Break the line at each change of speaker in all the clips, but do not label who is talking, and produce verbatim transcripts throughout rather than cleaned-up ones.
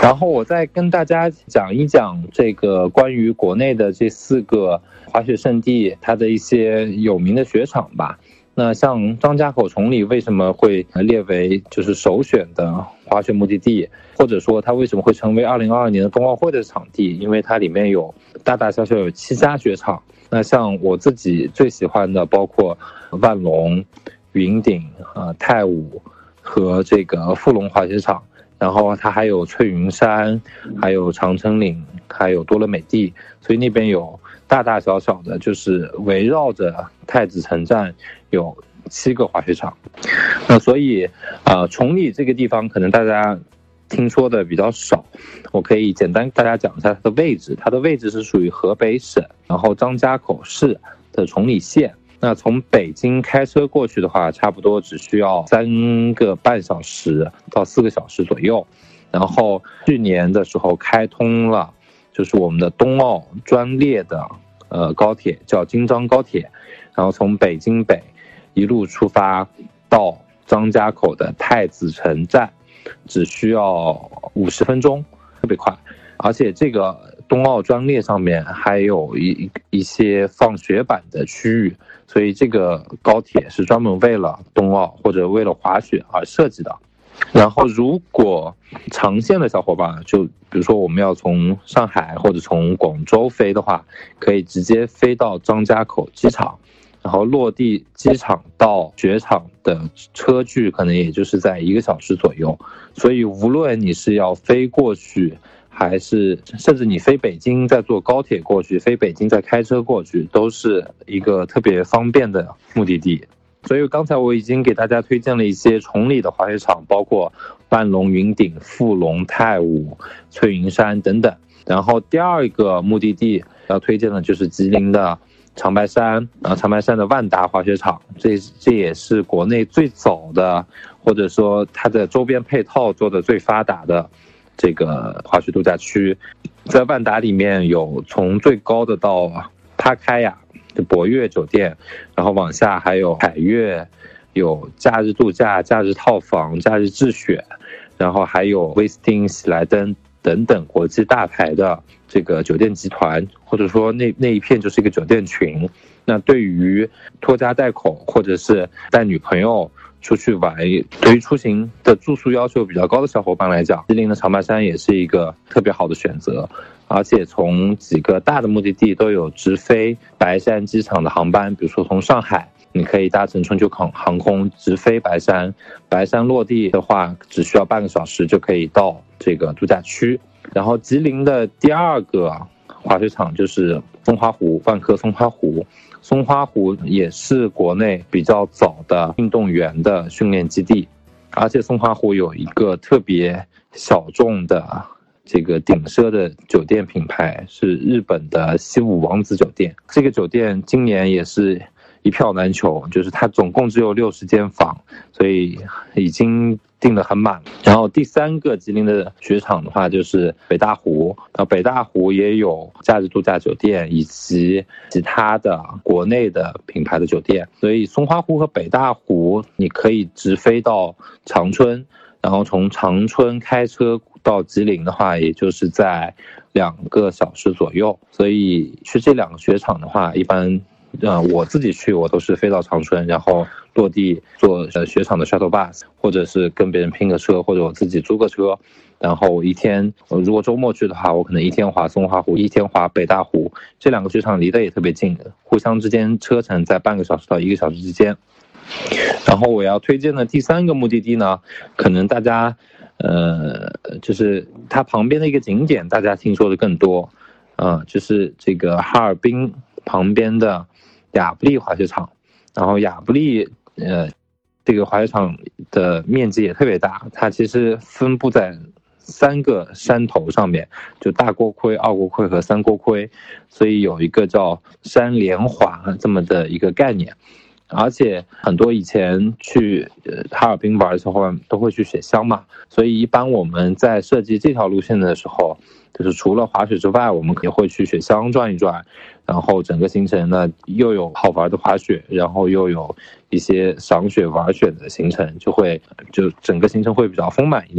然后我再跟大家讲一讲这个关于国内的这四个滑雪胜地它的一些有名的雪场吧。那像张家口崇礼为什么会列为就是首选的滑雪目的地，或者说它为什么会成为二零二二年的冬奥会的场地？因为它里面有大大小小有七家雪场。那像我自己最喜欢的包括万隆、云顶、呃太武和这个富隆滑雪场，然后它还有翠云山，还有长城岭，还有多乐美地，所以那边有大大小小的，就是围绕着太子城站有七个滑雪场。那所以呃崇礼这个地方可能大家听说的比较少，我可以简单大家讲一下它的位置。它的位置是属于河北省，然后张家口市的崇礼县。那从北京开车过去的话，差不多只需要三个半小时到四个小时左右。然后去年的时候开通了，就是我们的冬奥专列的呃高铁，叫京张高铁，然后从北京北一路出发到张家口的太子城站，只需要五十分钟，特别快。而且这个冬奥专列上面还有一一些放雪板的区域，所以这个高铁是专门为了冬奥或者为了滑雪而设计的。然后如果长线的小伙伴，就比如说我们要从上海或者从广州飞的话，可以直接飞到张家口机场，然后落地机场到雪场的车距可能也就是在一个小时左右。所以无论你是要飞过去，还是甚至你飞北京再坐高铁过去，飞北京再开车过去，都是一个特别方便的目的地。所以刚才我已经给大家推荐了一些崇礼的滑雪场，包括万隆、云顶、富隆、太武、翠云山等等。然后第二个目的地要推荐的就是吉林的长白山，啊，长白山的万达滑雪场，这这也是国内最早的，或者说它的周边配套做的最发达的这个滑雪度假区。在万达里面有从最高的到帕开亚的博悦酒店，然后往下还有海悦，有假日度假、假日套房、假日智选，然后还有威斯汀、喜来登等等国际大牌的这个酒店集团，或者说那那一片就是一个酒店群。那对于拖家带口或者是带女朋友出去玩，对于出行的住宿要求比较高的小伙伴来讲，吉林的长白山也是一个特别好的选择。而且从几个大的目的地都有直飞白山机场的航班，比如说从上海你可以搭乘春秋航空直飞白山，白山落地的话只需要半个小时就可以到这个度假区。然后吉林的第二个滑雪场就是松花湖，万科松花湖。松花湖也是国内比较早的运动员的训练基地，而且松花湖有一个特别小众的这个顶奢的酒店品牌，是日本的西武王子酒店。这个酒店今年也是一票难求，就是它总共只有六十间房，所以已经订得很满。然后第三个吉林的雪场的话就是北大湖，然后北大湖也有假日度假酒店以及其他的国内的品牌的酒店，所以松花湖和北大湖你可以直飞到长春，然后从长春开车到吉林的话，也就是在两个小时左右。所以去这两个雪场的话，一般呃，我自己去我都是飞到长春，然后落地坐呃雪场的 shuttle bus， 或者是跟别人拼个车，或者我自己租个车，然后我一天，如果周末去的话，我可能一天滑松花湖，一天滑北大湖，这两个雪场离得也特别近，互相之间车程在半个小时到一个小时之间。然后我要推荐的第三个目的地呢，可能大家呃，就是它旁边的一个景点大家听说的更多，啊、呃，就是这个哈尔滨旁边的亚布力滑雪场。然后亚布力呃这个滑雪场的面积也特别大，它其实分布在三个山头上面，就大锅盔、二锅盔和三锅盔，所以有一个叫山连滑这么的一个概念。而且很多以前去呃哈尔滨玩的时候都会去雪乡嘛，所以一般我们在设计这条路线的时候，就是除了滑雪之外，我们也会去雪乡转一转，然后整个行程呢又有好玩的滑雪，然后又有一些赏雪玩雪的行程，就会就整个行程会比较丰满一点。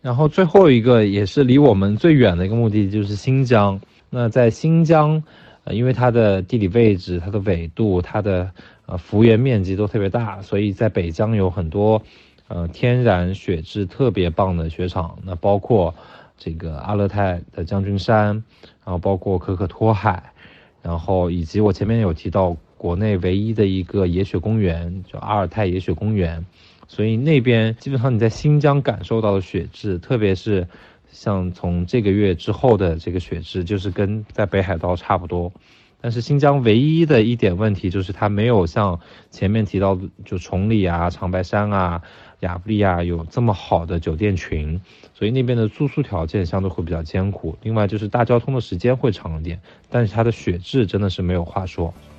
然后最后一个也是离我们最远的一个目的地就是新疆。那在新疆，呃，因为它的地理位置、它的纬度、它的呃幅员面积都特别大，所以在北疆有很多呃天然雪质特别棒的雪场。那包括这个阿勒泰的将军山，然后包括可可托海，然后以及我前面有提到国内唯一的一个野雪公园，叫阿尔泰野雪公园。所以那边基本上你在新疆感受到的雪质，特别是像从这个月之后的这个雪质，就是跟在北海道差不多。但是新疆唯一的一点问题就是它没有像前面提到的就崇礼啊、长白山啊、亚布力啊有这么好的酒店群，所以那边的住宿条件相对会比较艰苦。另外就是大交通的时间会长一点，但是它的雪质真的是没有话说。